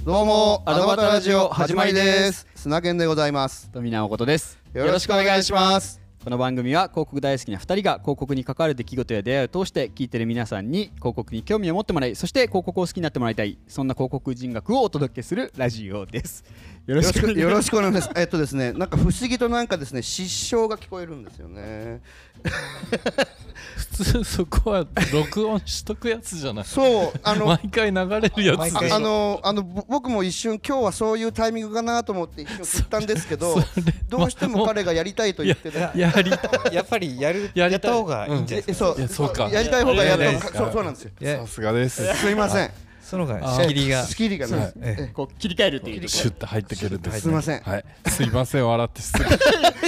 どうもアドバタラジオ始まりです。砂健でございます。 富永誠です。 よろしくお願いします。 この番組は広告大好きな2人が広告に関わる出来事や出会いを通して聞いている皆さんに広告に興味を持ってもらい、そして広告を好きになってもらいたい、そんな広告人学をお届けするラジオです。よろしくお願いします。ですね、なんか不思議となんかですね、失笑が聞こえるんですよね。 普通そこは録音しとくやつじゃない。 そう毎回流れるやつでしょ。 僕も一瞬今日はそういうタイミングかなと思って一瞬振ったんですけど、どうしても彼がやりたいと言ってた。 やっぱりやった方がいいんじゃないですか。 そうか。 やりたい方がやったそうなんですよ。 さすがです。 すいません。 そのが仕切りがね、 こう切り替えるっていうところシュッと入ってくるんです。 すいません。 はい。すいません、笑って失礼。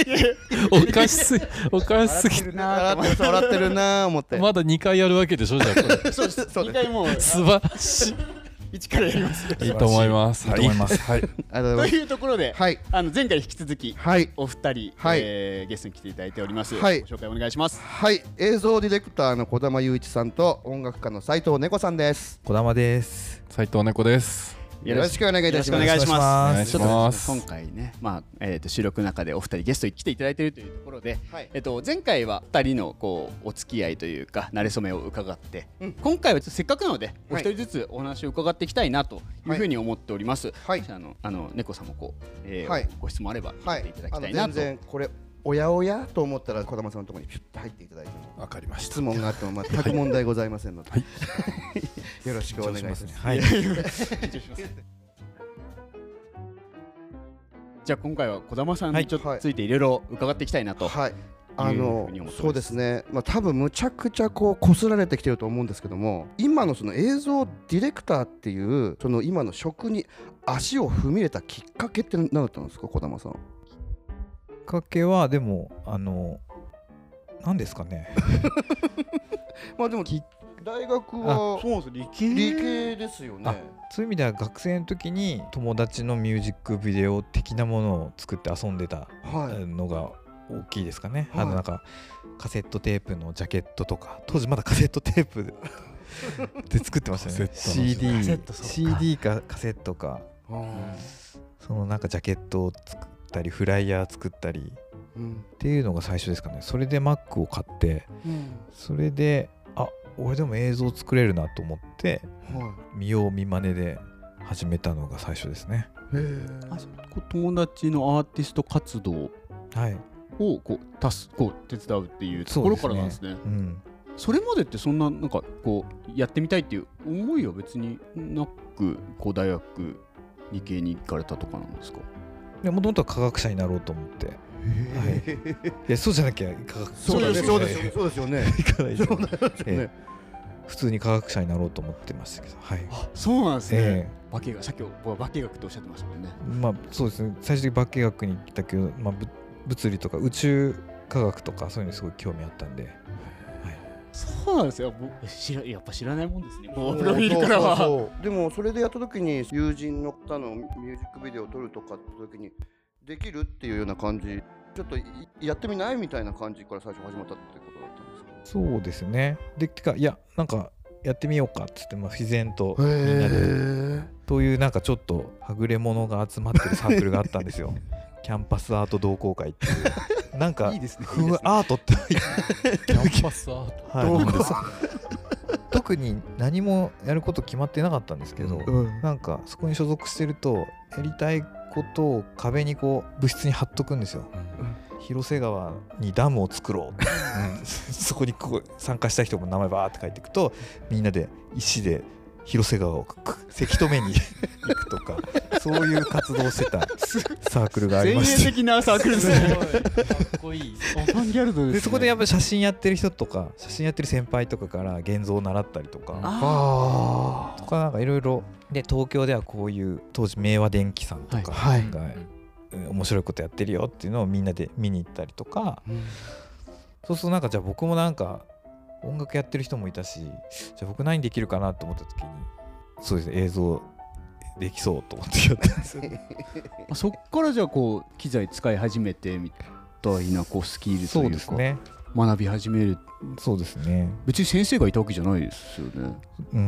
おかしすぎるな。 笑ってるな思って。 まだ2回やるわけでしょ、じゃあこれ。 そうです。2回もう素晴らしい。 一からやります。 いいと思います。 いいと思います。 はい。 というところで、 はい、 前回引き続き、 はい、 お二人、 はい、 ゲストに来ていただいております。 はい、 ご紹介お願いします。 はい、映像ディレクターの児玉雄一さんと音楽家の斉藤猫さんです。 児玉です。 斉藤猫です。 よろしくお願いいたします。 お願いします。 ちょっと今回ね、収録の中でお二人ゲストに来ていただいているというところで、 はい、 前回は二人のこうお付き合いというか馴れ初めを伺って、今回はせっかくなのでお一人ずつお話を伺っていきたいなというふうに思っております。はい、猫さんもこう、ご質問あれば聞いていただきたいなと。 全然これおやおやと思ったら児玉さんのところにピュッと入っていただいても、 わかりました。 質問があっても全く問題ございませんので、よろしくお願いします。 はい。 じゃあ今回は児玉さんにちょっとついていろいろ伺っていきたいなと。 はい。そうですね。多分むちゃくちゃこすられてきてると思うんですけども、今のその映像ディレクターっていうその今の職に足を踏み入れたきっかけって何だったんですか、児玉さん。 きっかけはでも何ですかね。 でも大学は理系ですよね。 そういう意味では学生の時に友達のミュージックビデオ的なものを作って遊んでたのが大きいですかね。なんかカセットテープのジャケットとか、当時まだカセットテープで作ってましたね。CD かカセットか、そのなんかジャケットを作ったりフライヤー作ったりっていうのが最初ですかね。それで Mac を買って、それで俺でも映像作れるなと思って、見よう見まねで始めたのが最初ですね。 友達のアーティスト活動を手伝うっていうところからなんですね。それまでってそんななんかこうやってみたいっていう思いは別になく、大学理系に行かれたとかなんですか？ もともとは科学者になろうと思って。そうじゃなきゃそうですよね。 いかないですよね。普通に科学者になろうと思ってましたけど。 そうなんですね。さっき僕は化学とおっしゃってましたもんね。 そうですね。最初に化学に来たけど、物理とか宇宙科学とかそういうのにすごい興味あったんで。 そうなんですよ。やっぱ知らないもんですね。プロフィールからは。 でもそれでやった時に友人の方のミュージックビデオを撮るとかって時にできるっていうような感じ、ちょっとやってみないみたいな感じから最初始まったってことだったんですか？ そうですね。なんかやってみようかっつって、自然とみんなでというなんかちょっとはぐれ者が集まってるサークルがあったんですよ。キャンパスアート同好会っていうなんかいいですね。 アートってキャンパスアート。 特に何もやること決まってなかったんですけど、なんかそこに所属してるとやりたいことを壁に物質に貼っとくんですよ。広瀬川にダムを作ろう、そこに参加した人も名前バーって書いていくと、みんなで石で広瀬川をせき止めに行くとか、そういう活動をしてたサークルがありまして、 前衛的なサークルですね。 かっこいい。 アバンギャルドですね。 でそこでやっぱり写真やってる人とか写真やってる先輩とかから現像を習ったりとかなんかいろいろで、東京ではこういう当時明和電機さんとかが面白いことやってるよっていうのをみんなで見に行ったりとか、そうするとなんかじゃあ僕もなんか音楽やってる人もいたし、じゃあ僕何できるかなと思った時に、そうですね、映像できそうと思ってやったんですよ。 そっからじゃあ機材使い始めてみたいなスキルというか、 そうですね、 学び始める。 そうですね。 別に先生がいたわけじゃないですよね。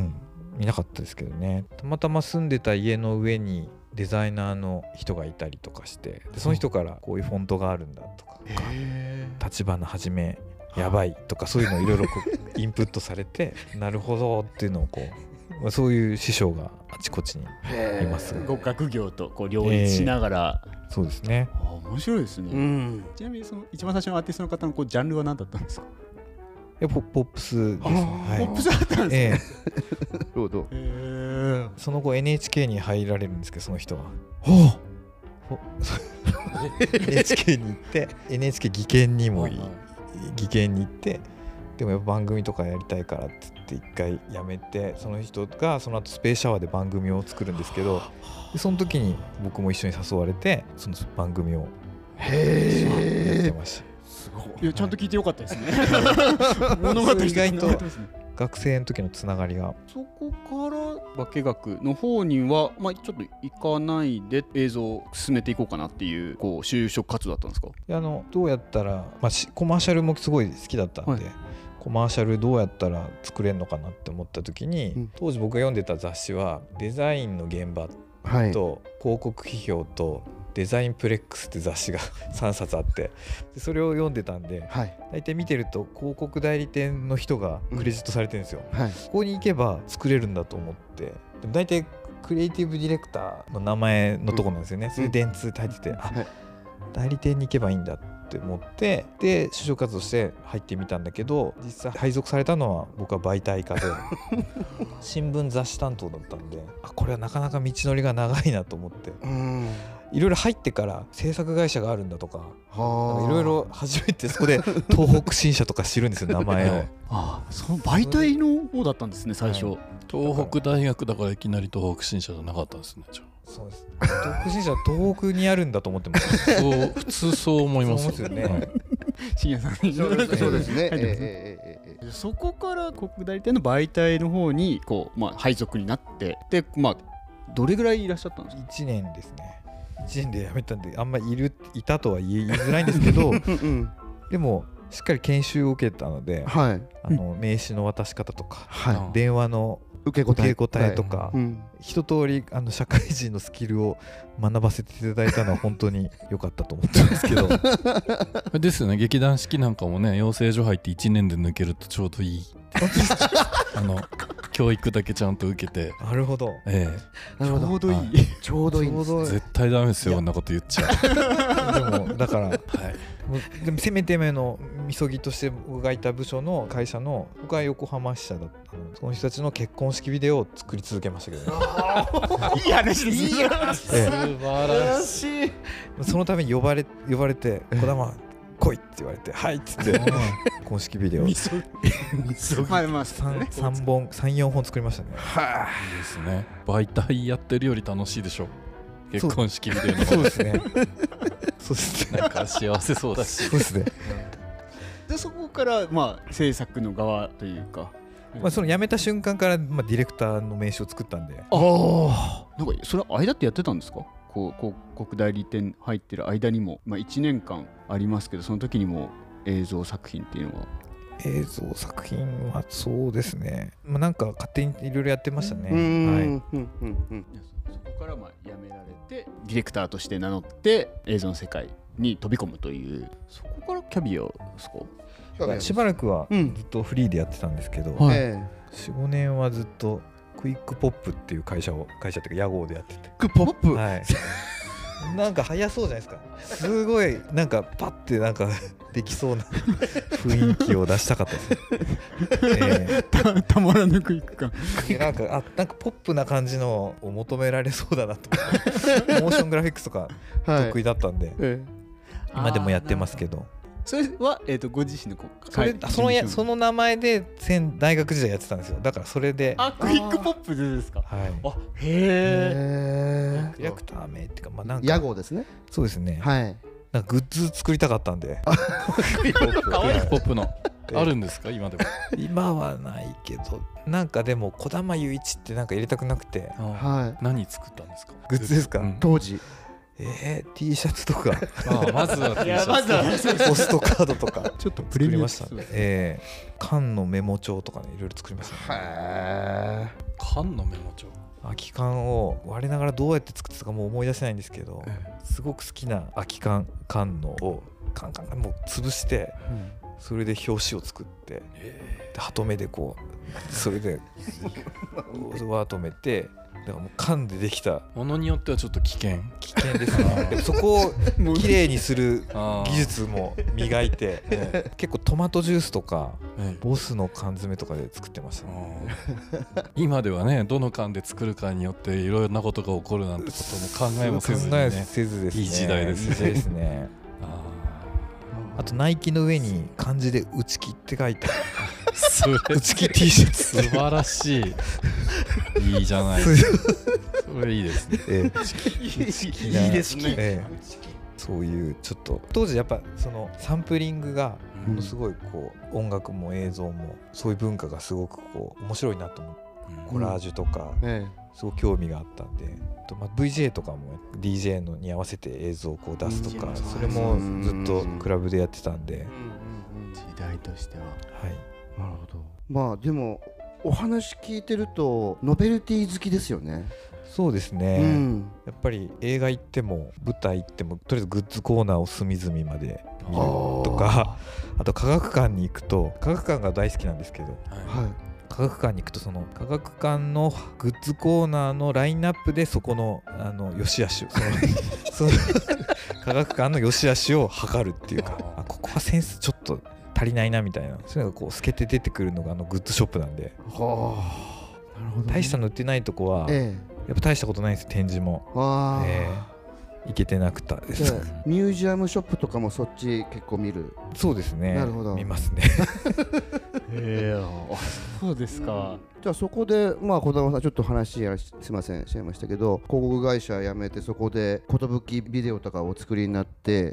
見なかったですけどね。たまたま住んでた家の上にデザイナーの人がいたりとかして、でその人からこういうフォントがあるんだとか、立花はじめやばいとか、そういうのをいろいろインプットされてなるほどっていうのをこう、そういう師匠があちこちにいます。 学業とこう両立しながら、 そうですね。 面白いですね。ちなみにその一番最初のアーティストの方のこうジャンルは何だったんですか？ ポップスですね。 ポップスだったんですね。 なるほど。 その後 NHK に入られるんですけど、その人は。NHK に行って NHK 技研にも技研に行って、でもやっぱ番組とかやりたいからって言って一回辞めて、その人がその後スペースシャワーで番組を作るんですけど、でその時に僕も一緒に誘われてその番組をやってました。 いやちゃんと聞いてよかったですね。物語意外と学生の時のつながりが。 そこから化学の方には、まあ、ちょっと行かないで映像を進めていこうかなっていう、こう就職活動だったんですか？ どうやったら、コマーシャルもすごい好きだったんで、コマーシャルどうやったら作れるのかなって思った時に、当時僕が読んでた雑誌はデザインの現場と広告批評とデザインプレックスって雑誌が3冊あって、でそれを読んでたんで、大体見てると広告代理店の人がクレジットされてるんですよ。ここに行けば作れるんだと思って、でも大体クリエイティブディレクターの名前のとこなんですよね。それで電通って入ってて、代理店に行けばいいんだって思って、で就職活動して入ってみたんだけど、実際配属されたのは僕は媒体課で新聞雑誌担当だったんで、これはなかなか道のりが長いなと思って、いろいろ入ってから制作会社があるんだとか、いろいろ初めてそこで東北新社とか知るんですよ、名前を。 その媒体の方だったんですね、最初。 東北大学だからいきなり東北新社じゃなかったんですね。 そうです。東北新社は東北にあるんだと思ってます。 そう普通そう思いますよね。 深夜さんそうですね。 そこから広告代理店の媒体の方にこう、配属になって、でどれぐらいいらっしゃったんですか ？1年ですね。1年で辞めたんで、あんまりいたとは言いづらいんですけどでもしっかり研修を受けたので、名刺の渡し方とか、電話の受け答えとか、一通り社会人のスキルを学ばせていただいたのは本当に良かったと思ってますけどですよね。劇団四季なんかもね、養成所入って1年で抜けるとちょうどいい教育だけちゃんと受けて。 なるほど。 ちょうどいい。 ちょうどいい。 絶対ダメですよ、こんなこと言っちゃでもだからでもせめてめのみそぎとして僕がいた部署の会社の、僕は横浜支社だったので、その人たちの結婚式ビデオを作り続けましたけどね。 いい話です。いい話。 素晴らしい。 そのために呼ばれて、児玉来いって言われて、はいっつって結婚式ビデオ3、4本作りましたね。 いいですね。媒体やってるより楽しいでしょ、結婚式ビデオの。 そうですね。そうですね。 なんか幸せそうだし。 そうですね。 でそこから制作の側というか、 その辞めた瞬間からディレクターの名刺を作ったんで。 なんかそれ間ってやってたんですか？こう広告代理店入ってる間にも、1年間ありますけど、その時にも映像作品っていうのは。 映像作品はそうですね、なんか勝手にいろいろやってましたね。 そこから辞められてディレクターとして名乗って映像の世界に飛び込むという、そこからキャビアですか？ しばらくはずっとフリーでやってたんですけど、4、5年はずっとクイックポップっていう会社っていうか屋号でやってて。 クイックポップ、 なんか早そうじゃないですか。すごいなんかパッてなんかできそうな雰囲気を出したかったです。 たまらぬクイック感。 なんかポップな感じのを求められそうだなとモーショングラフィックスとか得意だったんで、今でもやってますけど。 それは、ご自身のその名前で大学時代やってたんですよ。だからそれで。 クイックポップでですか？ へえ。ディレクター名っていうか、なんか屋号ですね。 そうですね。なんかグッズ作りたかったんで。 クイックポップのあるんですか？今でも。 今はないけど、なんかでも児玉雄一ってなんか入れたくなくて。 何作ったんですか？ グッズですか？ 当時。 T シャツとかまずは T シャツ、ポストカードとかちょっとプレミア作りました。缶のメモ帳とかね、いろいろ作りましたね。 缶のメモ帳、 空き缶を我ながらどうやって作ってたかもう思い出せないんですけど、すごく好きな空き缶のをカンもう潰して、それで表紙を作って、でハトメでこうそれで輪止めて、だからもう缶でできたものによってはちょっと危険ですね。でもそこをきれいにする技術も磨いて、結構トマトジュースとか、ボスの缶詰とかで作ってましたね。 今ではね、どの缶で作るかによっていろいろなことが起こるなんてことも考えもせずにね、 ですね、 いい時代ですね。あとナイキの上に漢字で打ち切って書いて打ち切 T シャツ素晴らしい。いいじゃないですか。それいいですね。 いいですね。 そういうちょっと当時やっぱそのサンプリングがものすごいこう音楽も映像もそういう文化がすごくこう面白いなと思って、コラージュとかすごく興味があったんで、VJ とかも DJ のに合わせて映像をこう出すとか、それもずっとクラブでやってたんで、 時代としては。 なるほど。まあでもお話聞いてるとノベルティ好きですよね。 そうですね、やっぱり映画行っても舞台行ってもとりあえずグッズコーナーを隅々まで見るとか、あと科学館に行くと、科学館が大好きなんですけど、科学館に行くとその科学館のグッズコーナーのラインナップでそこの良し悪しその科学館の良し悪しを測るっていうか、ここはセンスちょっと足りないなみたいな、そういうのがこう透けて出てくるのがグッズショップなんで、なるほど、大したの売ってないとこは、やっぱ大したことないんです、展示も。行けてなくたです。 ミュージアムショップとかもそっち結構見る？ そうですね。 なるほど。 見ますね。 そうですか。 じゃあそこでまあ児玉さんちょっと話すいませんしちゃいましたけど、広告会社辞めてそこで寿ビデオとかをお作りになって、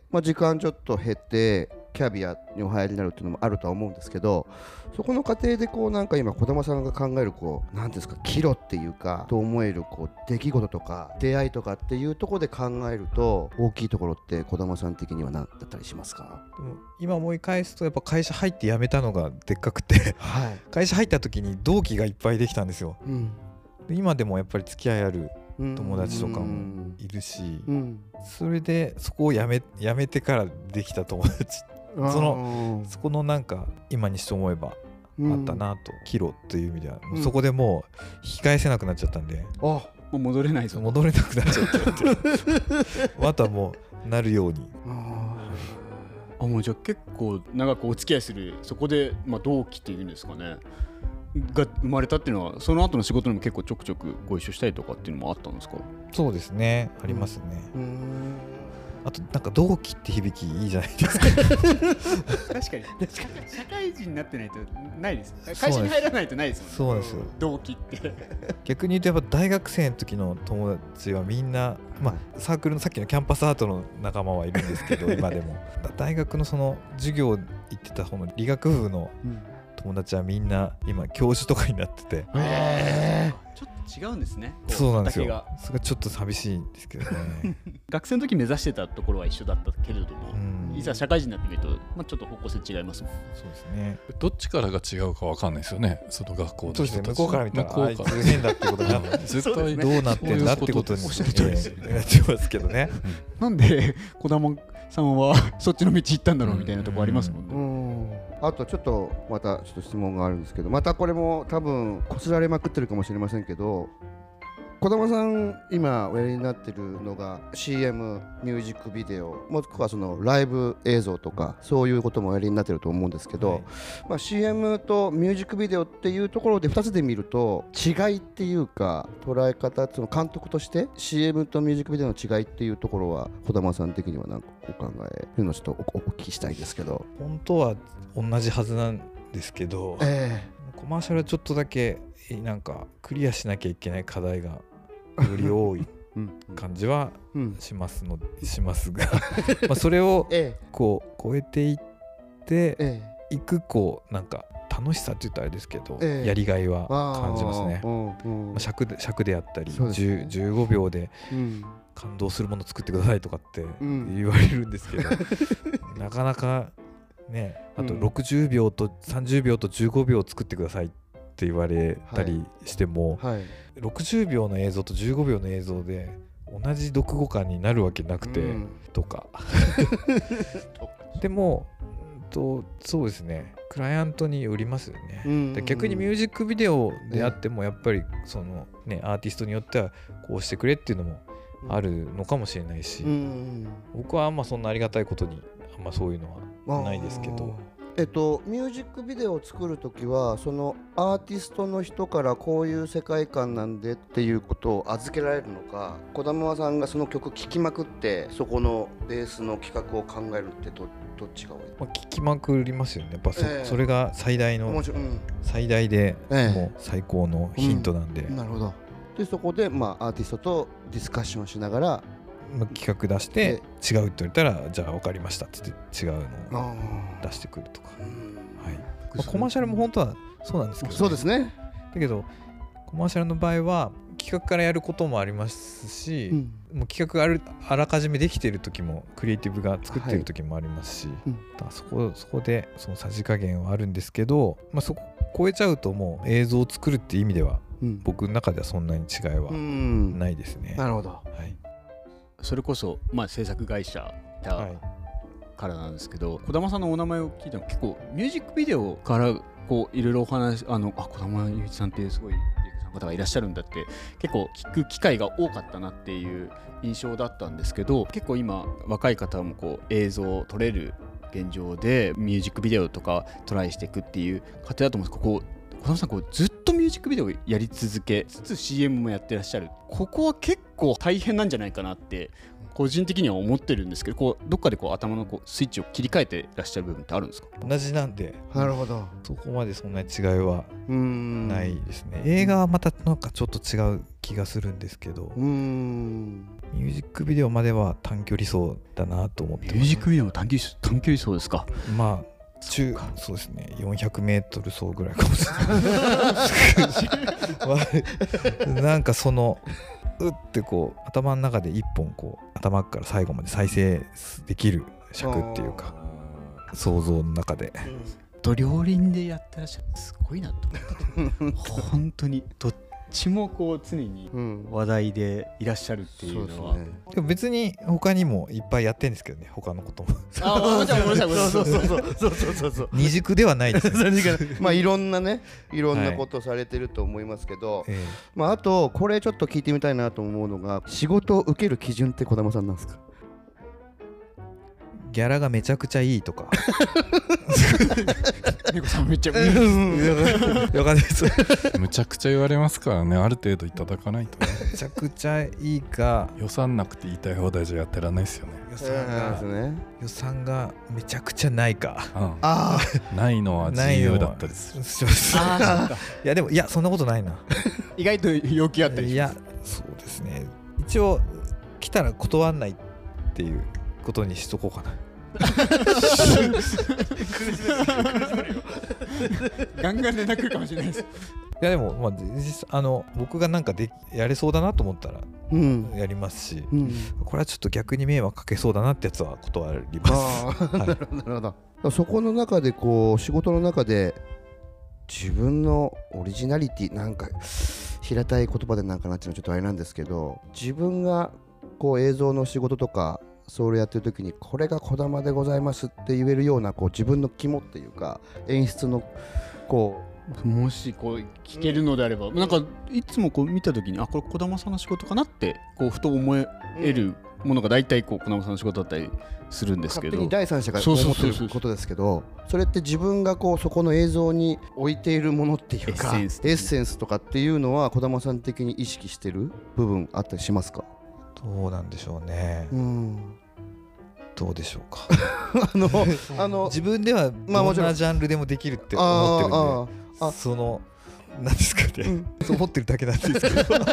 まあ時間ちょっと減ってキャビアにお入りになるっていうのもあるとは思うんですけど、そこの過程でこうなんか今児玉さんが考えるこうなんですか、岐路っていうかと思えるこう出来事とか出会いとかっていうところで考えると大きいところって児玉さん的には何だったりしますか？ でも今思い返すとやっぱ会社入って辞めたのがでっかくて、会社入った時に同期がいっぱいできたんですよ、で今でもやっぱり付き合いある友達とかもいるし、それでそこを辞めてからできた友達、そこのなんか今にして思えばあったなと、岐路という意味では、そこでもう引き返せなくなっちゃったんで、 もう戻れないぞ、 戻れなくなっちゃったまたもうなるように。 もうじゃあ結構長くお付き合いする、そこで同期っていうんですかねが生まれたっていうのは、その後の仕事にも結構ちょくちょくご一緒したりとかっていうのもあったんですか？ そうですね、ありますね。あとなんか同期って響きいいじゃないですか。 確かに社会人になってないとないです。会社に入らないとないですもんね。 そうなんですよ、 同期って逆に言うとやっぱ大学生の時の友達はみんな、サークルのさっきのキャンパスアートの仲間はいるんですけど今でも大学のその授業行ってた方の理学部の友達はみんな今教授とかになってて、 ちょっと違うんですね。 そうなんですよ。それがちょっと寂しいんですけどね。 学生の時目指してたところは一緒だったけれども、いざ社会人になってみると、ちょっと方向性違いますもん。 そうですね。 どっちからが違うかわかんないですよね、その学校の人たち。 そうですね、向こうから見たらあいつ変だってことが絶対どうなってんだってことになってますけどね。 なんで児玉さんはそっちの道行ったんだろうみたいなところありますもんね。 あとちょっとまたちょっと質問があるんですけど、またこれも多分こすられまくってるかもしれませんけど、児玉さん今おやりになってるのが CM、ミュージックビデオ、もしくはそのライブ映像とかそういうこともおやりになってると思うんですけど、CM とミュージックビデオっていうところで2つで見ると違いっていうか捉え方、その監督として CM とミュージックビデオの違いっていうところは児玉さん的には何かお考えるのをちょっとお聞きしたいですけど。 本当は同じはずなんですけど、コマーシャルはちょっとだけなんかクリアしなきゃいけない課題がより多い感じはしますがそれをこう超えていっていくこうなんか楽しさって言ったらあれですけど、やりがいは感じますね。尺であったり15秒で感動するもの作ってくださいとかって言われるんですけど、なかなかね、あと60秒と30秒と15秒作ってくださいっって言われたりしても、はいはい、60秒の映像と15秒の映像で同じ読後感になるわけなくて、とかでもそうですね、クライアントによりますよね。で逆にミュージックビデオであってもやっぱりその、ね、アーティストによってはこうしてくれっていうのもあるのかもしれないし、僕はあんまそんなありがたいことにあんまそういうのはないですけど、 ミュージックビデオを作るときはそのアーティストの人からこういう世界観なんでっていうことを預けられるのか、児玉さんがその曲聴きまくってそこのベースの企画を考えるってどっちが多い？ 聴きまくりますよね。やっぱそれが最大の、最大でもう最高のヒントなんで、 なるほど。でそこで、アーティストとディスカッションしながら企画出して違うって言われたらじゃあ分かりましたって違うのを出してくるとか、コマーシャルも本当はそうなんですけど、 そうですね。 だけどコマーシャルの場合は企画からやることもありますし、もう企画があらかじめできている時もクリエイティブが作っている時もありますし、そこでそのさじ加減はあるんですけど、そこ超えちゃうともう映像を作るっていう意味では、僕の中ではそんなに違いはないですね。 なるほど。 はい。 それこそ、制作会社からなんですけど、児玉さんのお名前を聞いても結構ミュージックビデオからこういろいろお話、児玉雄一さんっていうすごい方がいらっしゃるんだって結構聞く機会が多かったなっていう印象だったんですけど、結構今若い方もこう映像を撮れる現状でミュージックビデオとかトライしていくっていう過程だと思うんですけど、児玉さんずっとミュージックビデオをやり続けつつ CM もやってらっしゃる、ここは結構大変なんじゃないかなって個人的には思ってるんですけど、どっかで頭のスイッチを切り替えてらっしゃる部分ってあるんですか？ 同じなんで。 なるほど。 そこまでそんなに違いはないですね。映画はまたなんかちょっと違う気がするんですけど、ミュージックビデオまでは短距離走だなと思ってます。 ミュージックビデオの短距離走ですか？ そうですね、400メートル走ぐらいかもしれないなんかそのってこう頭の中で一本こう頭から最後まで再生できる尺っていうか、想像の中で両輪でやってらっしゃる、すごいなと思って本当にどっちもこう常に話題でいらっしゃるっていうのは、 でも別に他にもいっぱいやってるんですけどね、他のこともそう二軸ではないですねいろんなことされてると思いますけど、あとこれちょっと聞いてみたいなと思うのが、仕事を受ける基準って児玉さんなんですか？ ギャラがめちゃくちゃいいとか猫さんめっちゃわかんないですむちゃくちゃ言われますからね、ある程度いただかないとね。 めちゃくちゃいいか、 予算なくて言いたい放題じゃやってらんないですよね。 予算がめちゃくちゃないか、 ないのは自由だったりする。 いやそんなことないな意外と要求あったりします。 いやそうですね、一応来たら断んないっていうことにしとこうかなガンガン連絡来るかもしれないです。 いやでも、僕がなんかやれそうだなと思ったらやりますし、これはちょっと逆に迷惑かけそうだなってやつは断ります。 なるほど。そこの中で仕事の中で自分のオリジナリティ、なんか平たい言葉でなんかなっていうのはちょっとあれなんですけど、自分が映像の仕事とかそれやってる時にこれが児玉でございますって言えるような自分の肝っていうか演出のもし聞けるのであれば、なんかいつも見た時にこれ児玉さんの仕事かなってふと思えるものが大体児玉さんの仕事だったりするんですけど、 勝手に第三者が思ってることですけど、それって自分がそこの映像に置いているものっていうかエッセンスとかっていうのは児玉さん的に意識してる部分あったりしますか？ どうなんでしょうね。どうでしょうか自分ではどんなジャンルでもできるって思ってるんで、なんですかね、そう思ってるだけなんですけどじゃ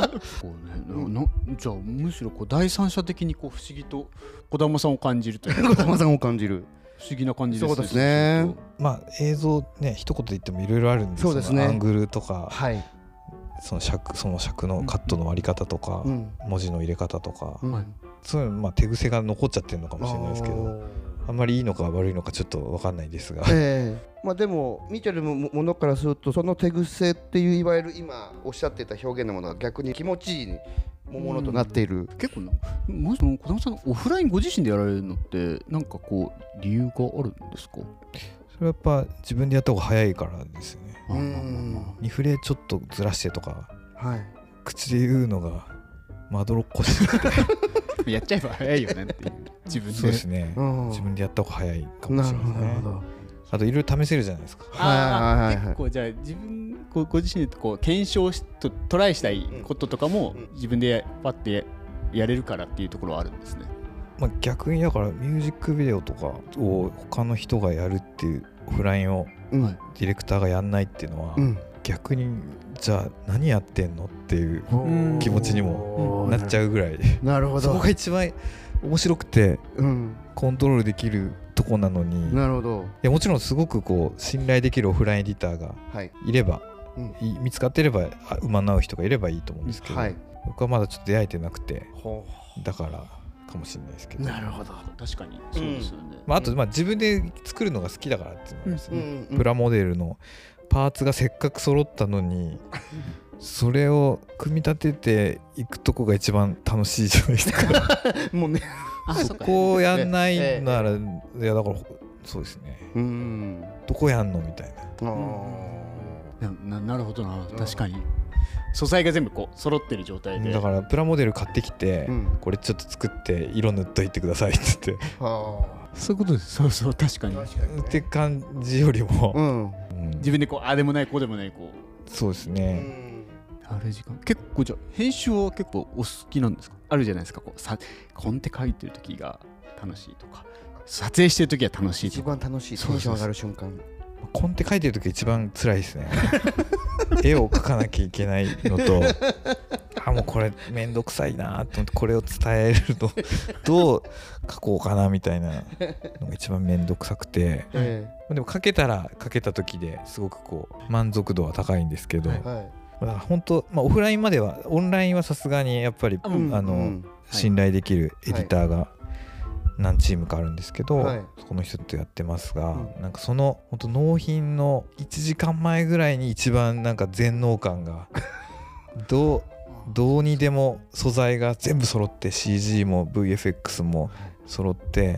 あむしろ第三者的に不思議と児玉さんを感じるというか児玉さんを感じる不思議な感じですね。 そうですね。 映像ね、一言で言ってもいろいろあるんです。 そうですね。 アングルとか、その尺のカットの割り方とか、文字の入れ方とか、そういう手癖が残っちゃってるのかもしれないですけど、 あんまりいいのか悪いのかちょっと分かんないですが、 まあ、でも見てるものからするとその手癖っていういわゆる今おっしゃっていた表現のものが逆に気持ちいいものとなっている。 結構もし小玉さんオフラインご自身でやられるのってなんかこう理由があるんですか？ それはやっぱ自分でやった方が早いからですよね。2フレちょっとずらしてとか、はい、口で言うのがまどろっこしいやっちゃえば早いよねっていう自分で。 そうですね、自分でやった方が早いかもしれないですね。あといろいろ試せるじゃないですか。 結構じゃあ自分ご自身でこう検証とトライしたいこととかも自分でパッてやれるからっていうところはあるんですね。 まあ、逆にだからミュージックビデオとかを他の人がやるっていうオフラインをディレクターがやんないっていうのは、逆にじゃあ何やってんのっていう気持ちにもなっちゃうぐらい、 なるほど、 そこが一番面白くて、コントロールできるとこなのに。 なるほど。 いやもちろんすごくこう信頼できるオフラインエディターがいれば、見つかっていれば馬の合う人がいればいいと思うんですけど、僕はまだちょっと出会えてなくて、だからかもしれないですけど。 なるほど、確かにそうですよね。 あと自分で作るのが好きだからっていうのもありますね。プラモデルのパーツがせっかく揃ったのにそれを組み立てていくとこが一番楽しいじゃないですかもうねそこをやんないなら、いやだからそうですね、どこやんのみたいな。なるほどな、確かに素材が全部こう揃ってる状態で。 だからプラモデル買ってきて、これちょっと作って色塗っといてくださいって言ってそういうことです。そうそう、確かにって感じよりも、 自分でこうあでもないこうでもないこう。 そうですね。 あれ時間結構じゃあ編集は結構お好きなんですか？あるじゃないですか、こうコンテ書いてる時が楽しいとか、撮影してる時は楽しいとか。 一番楽しい、テンション上がる瞬間。 コンテ書いてる時が一番辛いですね絵を描かなきゃいけないのともうこれめんどくさいなと思って、これを伝えるとどう書こうかなみたいなのが一番めんどくさくて、でも書けたら書けた時ですごくこう満足度は高いんですけど、だから本当、オフラインまでは、オンラインはさすがにやっぱり、信頼できるエディターが何チームかあるんですけど、そこの人とやってますが、なんかその本当納品の1時間前ぐらいに一番なんか全能感がどうにでも素材が全部揃って CG も VFX も揃って、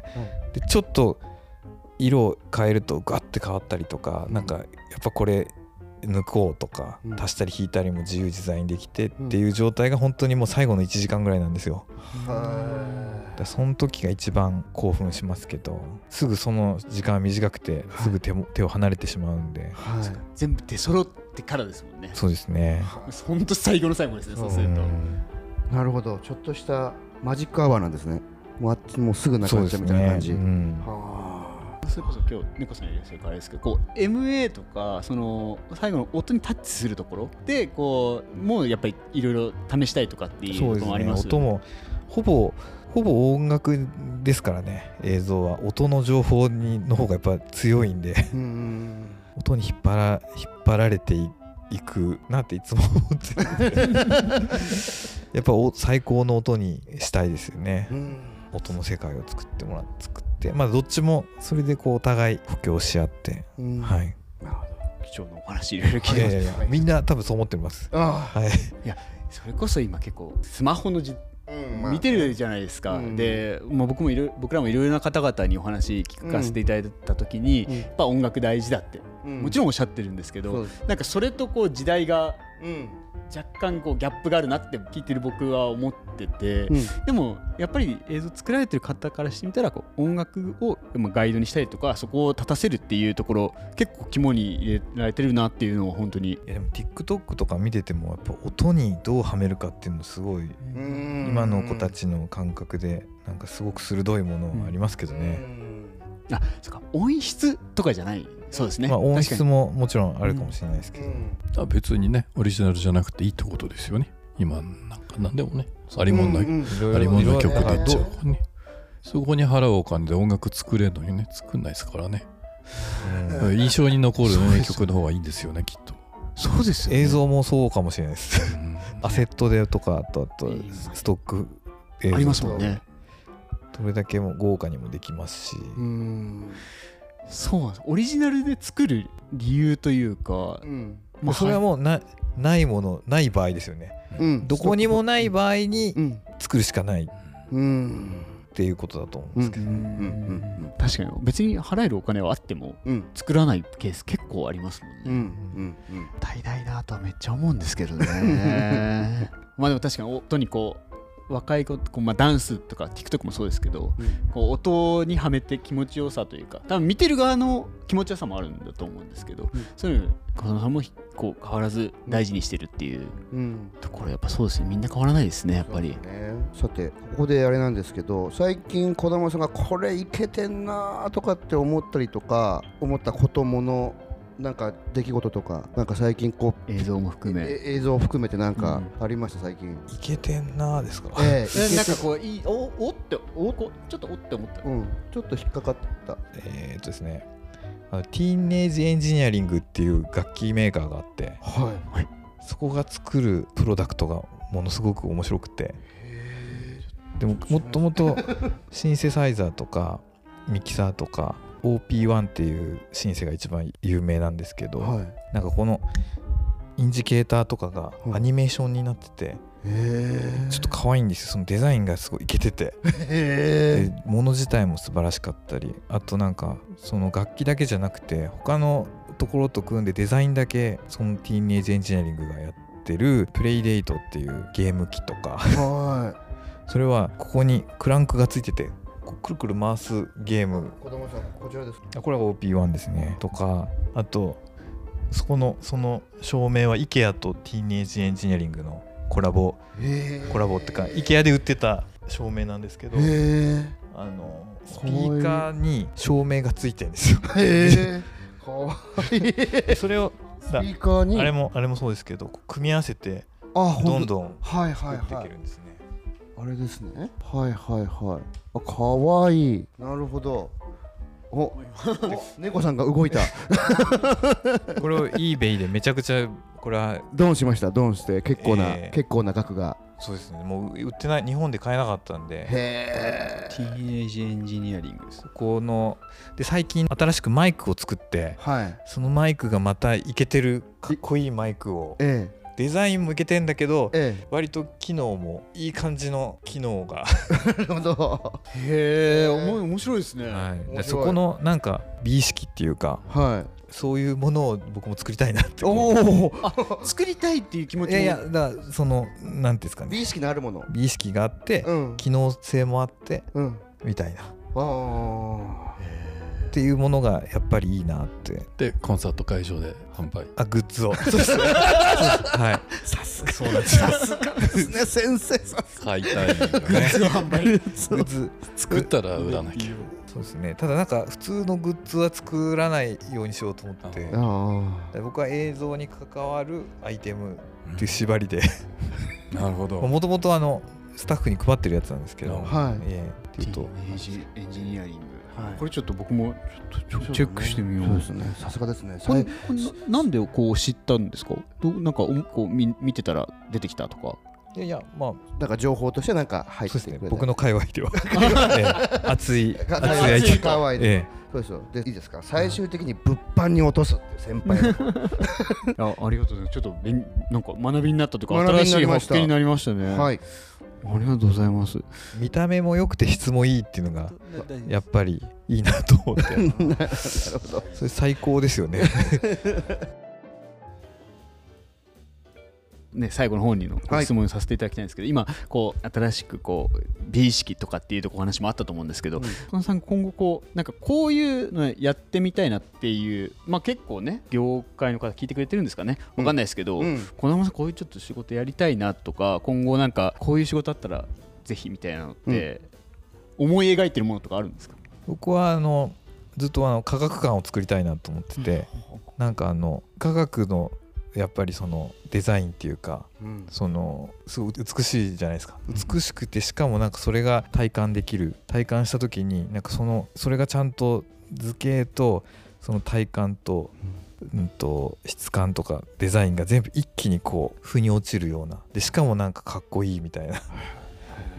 でちょっと色を変えるとガッて変わったりとか、なんかやっぱこれ抜こうとか、足したり引いたりも自由自在にできてっていう状態が本当にもう最後の1時間ぐらいなんですよ。だその時が一番興奮しますけど、すぐその時間は短くてすぐ手を離れてしまうんで、 全部出揃ってからですもんね。 そうですね、 本当最後の最後ですね。そうするとなるほど、ちょっとしたマジックアワーなんですね。もうすぐなくなっちゃうみたいな感じ。 それこそ今日猫さんいらっしゃるからあれですけど、こう MA とかその最後の音にタッチするところでこうもうやっぱりいろいろ試したいとかっていうこともありますよね。 音もほぼ音楽ですからね。映像は音の情報の方がやっぱ強いんで音に引っ張られていくなっていつも思ってやっぱ最高の音にしたいですよね。音の世界を作って、どっちもそれでこうお互い補強し合って、はい。 貴重なお話いろいろ聞いてます。 みんな多分そう思ってます。 いやそれこそ今結構スマホの見てるじゃないですか。で、僕らもいろいろな方々にお話聞かせていただいた時に、やっぱ音楽大事だってもちろんおっしゃってるんですけど、なんかそれとこう時代が若干こうギャップがあるなって聞いてる僕は思ってて、でもやっぱり映像作られてる方からしてみたらこう音楽をガイドにしたりとか、そこを立たせるっていうところ結構肝に入れられてるなっていうのは本当に。 いやでも TikTok とか見ててもやっぱ音にどうはめるかっていうのすごい今の子たちの感覚でなんかすごく鋭いものありますけどね。 そうか、音質とかじゃない。そうですね、 音質ももちろんあるかもしれないですけど、 別にねオリジナルじゃなくていいってことですよね。今なんか何でもねありもんな曲でっちゃうね。そこに払うお金で音楽作れるのにね、作んないですからね。印象に残る名曲の方がいいんですよね、きっと。 そうですよね。 映像もそうかもしれないですアセットでとか、あとストック映像ありますもんね。 どれだけも豪華にもできますし、 そうなんです。オリジナルで作る理由というか、 まあ、それはもうないものない場合ですよね、どこにもない場合に作るしかないっていうことだと思うんですけど、 確かに別に払えるお金はあっても作らないケース結構ありますもんね。大々だとはめっちゃ思うんですけどね。まあでも確かに音にこう若い子、まあ、ダンスとか TikTok もそうですけど、こう音にはめて気持ちよさというか、多分見てる側の気持ちよさもあるんだと思うんですけど、そういうの小野さんもこう変わらず大事にしてるっていうところ、やっぱそうですね、みんな変わらないですね、やっぱり。 さてここであれなんですけど、最近児玉さんがこれいけてんなとかって思ったりとか思ったことものなんか出来事とか、なんか最近こう映像も含め映像を含めてなんかありました、最近。 いけてんなですか。 なんかこうおってちょっとおって思った、 ちょっと引っかかった。 ですね、ティーンエイジエンジニアリングっていう楽器メーカーがあって、そこが作るプロダクトがものすごく面白くて、でももっともっとシンセサイザーとかミキサーとかOP1 っていうシンセが一番有名なんですけど、なんかこのインジケーターとかがアニメーションになってて、ちょっと可愛いんですよ。そのデザインがすごいイケてて、で物自体も素晴らしかったり、あとなんかその楽器だけじゃなくて他のところと組んでデザインだけそのティーンエイジエンジニアリングがやってるプレイデートっていうゲーム機とかそれはここにクランクがついててくるくる回すゲーム、 児玉さんこちらですか。 これは OP1 ですねとか、あとその照明は IKEA とティーンエイジエンジニアリングのコラボってか IKEA で売ってた照明なんですけど、スピーカーに照明がついてるんですよ。 かわいい。 それをスピーカーにあれもそうですけど組み合わせてどんどん作っていけるんですね。 あれですね。あ、かわいい。なるほど。猫さんが動いた。 これを eBay でめちゃくちゃこれはドンしました。ドンして結構な額が。 そうですね。もう売ってない、日本で買えなかったんで。 ティーンエイジエンジニアリングです。 こので最近新しくマイクを作って、そのマイクがまたイケてるかっこいいマイクを。デザインもいけてんだけど、割と機能もいい感じの機能がなるほど。 面白いですね。 そこのなんか美意識っていうか、そういうものを僕も作りたいなって。 作りたいっていう気持ちも。 いやだからそのなんですかね。 美意識のあるもの。 美意識があって、機能性もあって、みたいな。っていうものがやっぱりいいなって。 でコンサート会場で販売。 グッズを。 さすがそうなんです。さすがですね先生。 買いたいよね。グッズの販売。 グッズ作ったら売らなきゃ。 そうですね。ただなんか普通のグッズは作らないようにしようと思って、僕は映像に関わるアイテムっていう縛りで。 なるほど。 もともとスタッフに配ってるやつなんですけど、 っていうとエンジニアリング。これちょっと僕もチェックしてみよう。 そうですね。さすがですね。 なんでこう知ったんですか。なんかこう見てたら出てきたとか。 いやまあなんか情報としてなんか入ってくる。 僕の界隈では熱い界隈で。 そうですよ。でいいですか。最終的に物販に落とすって先輩の。 ありがとうございます。ちょっとなんか学びになったとか新しい発見になりましたね。 はい。 ありがとうございます。 見た目も良くて質もいいっていうのがやっぱりいいなと思って。 なるほど。 それ最高ですよね。 最後の方にの質問をさせていただきたいんですけど、今こう新しくこう美意識とかっていうところ話もあったと思うんですけど、小野さん今後こうなんかこういうのやってみたいなっていう、結構ね業界の方聞いてくれてるんですかね、わかんないですけど、小野さんこういうちょっと仕事やりたいなとか、今後なんかこういう仕事あったらぜひみたいなのって思い描いてるものとかあるんですか。 僕はずっと科学館を作りたいなと思ってて、なんか科学のやっぱりそのデザインっていうか、そのすごい美しいじゃないですか。美しくて、しかもなんかそれが体感した時になんかそれがちゃんと図形とその体感と、質感とかデザインが全部一気にこう腑に落ちるようなで、しかもなんかかっこいいみたいな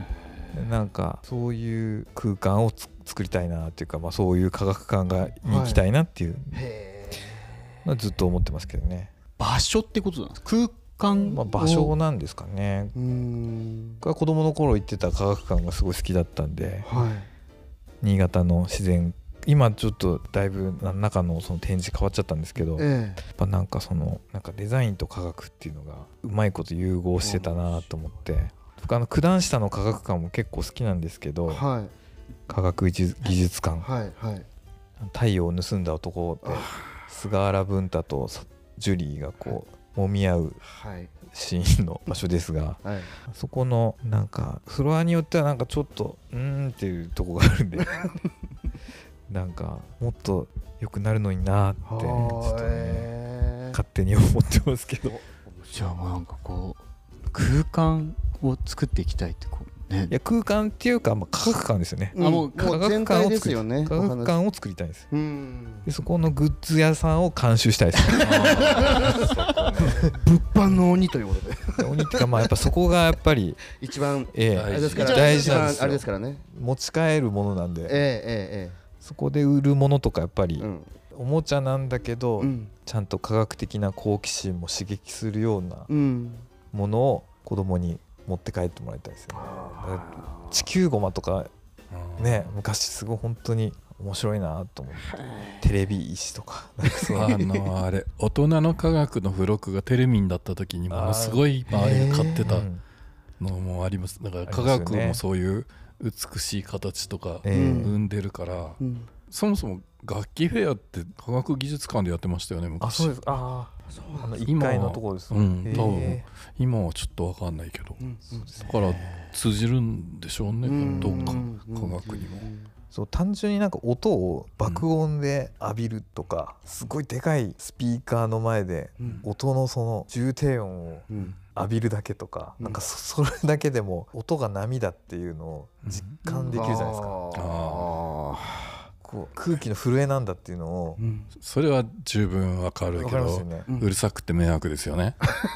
なんかそういう空間を作りたいなっていうか、まあ、そういう科学館に行きたいなっていうのはずっと思ってますけどね。 場所ってことなんですか？空間、 まあ、場所なんですかね。僕は子供の頃行ってた科学館がすごい好きだったんで、新潟の自然、今ちょっとだいぶ中のその展示変わっちゃったんですけど、やっぱなんかそのなんかデザインと科学っていうのがうまいこと融合してたなと思って、僕九段下の科学館も結構好きなんですけど、科学技術館、太陽を盗んだ男で菅原文太とジュリーがこう揉み合うシーンの場所ですが、そこのなんかフロアによってはなんかちょっとっていうとこがあるんでなんかもっと良くなるのになってちょっとね勝手に思ってますけど。 じゃあなんかこう空間を作っていきたいってこうね。 いや空間っていうか、まあ、科学館ですよね。 もう科学館を作り、ね、 科学館を作りたいです。でそこのグッズ屋さんを監修したいです。 物販の鬼ということで。 鬼っていうか、まあやっぱそこがやっぱり一番大事なんですよ。 あれですからね。 持ち帰るものなんで、そこで売るものとかやっぱりおもちゃなんだけど、ちゃんと科学的な好奇心も刺激するようなものを子供に持って帰ってもらいたいですよね。地球ゴマとかね、昔すごい本当に面白いなと思って、テレビ石とかあれ大人の科学の付録がテレミンだった時にものすごい周りが買ってたのもあります。だから科学もそういう美しい形とか生んでるから、そもそも楽器フェアって科学技術館でやってましたよね昔。 そうです。1階のところです。 多分今はちょっと分かんないけど、だから通じるんでしょうね、どっか科学にも。 そう単純になんか音を爆音で浴びるとか、すごいでかいスピーカーの前で音のその重低音を浴びるだけとか、なんかそれだけでも音が波だっていうのを実感できるじゃないですか。こう空気の震えなんだっていうのを、 それは十分わかるけど、うるさくて迷惑ですよね。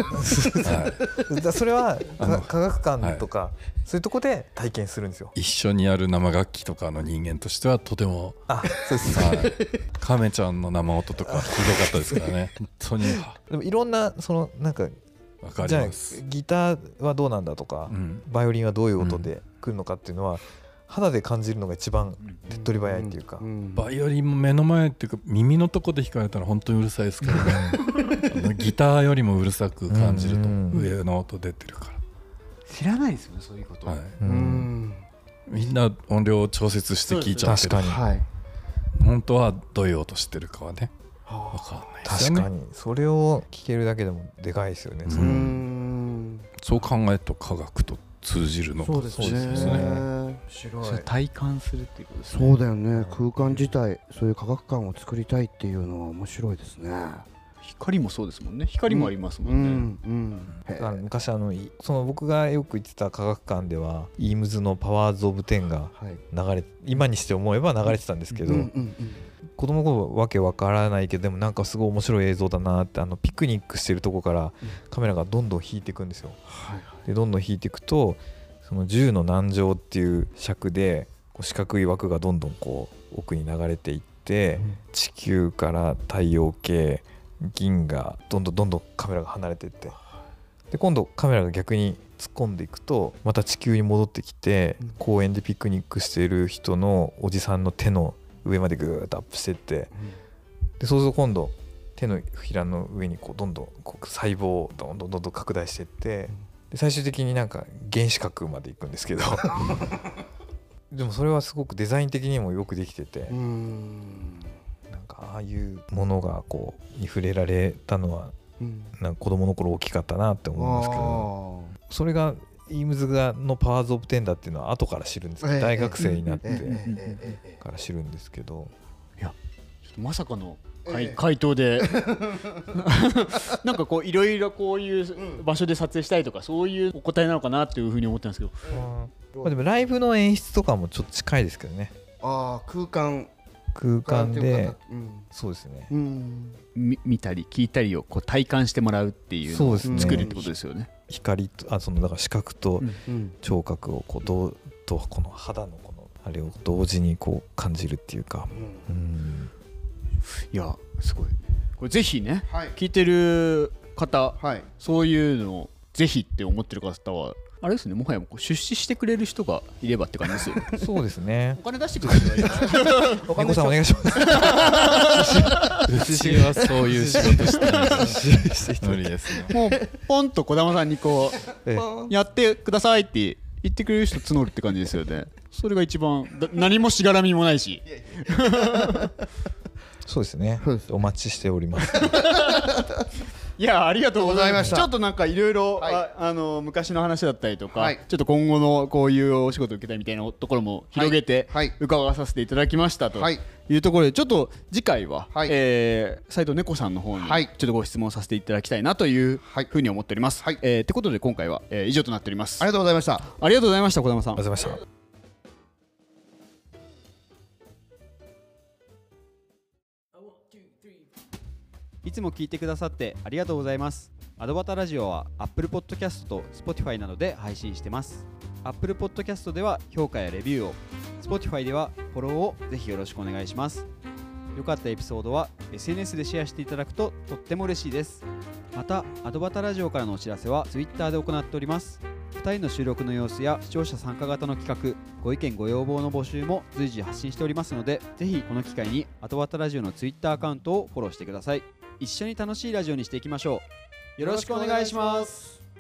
それは科学館とかそういうとこで体験するんですよ。 一緒にやる生楽器とかの人間としてはとても、 そうですカメちゃんの生音とかひどかったですからね。本当に。 でもいろんなそのなんかじゃあギターはどうなんだとか、バイオリンはどういう音で来るのかっていうのは肌で感じるのが一番手っ取り早いっていうか、 バイオリンも目の前っていうか耳のとこで弾かれたら本当にうるさいですけどね。ギターよりもうるさく感じると上の音出てるから。 知らないですよね、そういうこと。 みんな音量を調節して聞いちゃってる。 確かに、 本当はどういう音してるかはね分かんないですよね。 確かにそれを聞けるだけでもでかいですよね。 そう考えると科学と通じるのか。 そうですね。 それ体感するっていうことですね。そうだよね。空間自体、そういう科学館を作りたいっていうのは面白いですね。 光もそうですもんね。光もありますもんね。 昔その僕がよく行ってた科学館ではイームズのパワーズ・オブ・10が今にして思えば流れてたんですけど、子供の頃わけわからないけど、でもなんかすごい面白い映像だなって、ピクニックしてるとこからカメラがどんどん引いていくんですよ。でどんどん引いていくと、その10の南条っていう尺で四角い枠がどんどんこう奥に流れていって、地球から太陽系、銀河どんどんカメラが離れていって、で今度カメラが逆に突っ込んでいくとまた地球に戻ってきて、公園でピクニックしている人のおじさんの手の上までぐーっとアップしていって、でそうすると今度手のひらの上にこうどんどん細胞をどんどん拡大していって、で最終的になんか原子核まで行くんですけどでもそれはすごくデザイン的にもよくできてて、なんかああいうものがこうに触れられたのは、なんか子供の頃大きかったなって思うんですけど、それがイームズのパワーズ・オブ・10だっていうのは後から知るんですけど、大学生になってから知るんですけど、 いやちょっとまさかの回答でなんかこういろいろこういう場所で撮影したいとかそういうお答えなのかなっていうふうに思ったんですけど、 でもライブの演出とかもちょっと近いですけどね。 空間で、そうですね、 見たり聞いたりをこう体感してもらうっていうのを作るってことですよね。 光とだから視覚と聴覚をこうとこの肌のこのあれを同時にこう感じるっていうか、 いやすごいこれぜひね、聞いてる方、そういうのをぜひって思ってる方はあれですね、もはや出資してくれる人がいればって感じですよね。 そうですね。 お金出してくれる人がいれば猫さんお願いします。 うちはそういう仕事してないから無理ですね。 もうポンと児玉さんにこうやってくださいって言ってくれる人募るって感じですよね。それが一番何もしがらみもないし。 そうですね。お待ちしております。 いやありがとうございました。ちょっとなんかいろいろ昔の話だったりとか、ちょっと今後のこういうお仕事を受けたいみたいなところも広げて伺わさせていただきましたというところで、ちょっと次回は斉藤猫さんの方にちょっとご質問させていただきたいなというふうに思っております。ってことで今回は以上となっております。 ありがとうございました。 ありがとうございました児玉さん。 ありがとうございました。 いつも聞いてくださってありがとうございます。アドバタラジオは Apple Podcast と Spotify などで配信してます。Apple Podcast では評価やレビューを、Spotify ではフォローをぜひよろしくお願いします。良かったエピソードは SNS でシェアしていただくととっても嬉しいです。また、アドバタラジオからのお知らせは Twitter で行っております。2人の収録の様子や視聴者参加型の企画、ご意見ご要望の募集も随時発信しておりますので、ぜひこの機会にアドバタラジオの Twitter アカウントをフォローしてください。一緒に楽しいラジオにしていきましょう。よろしくお願いします。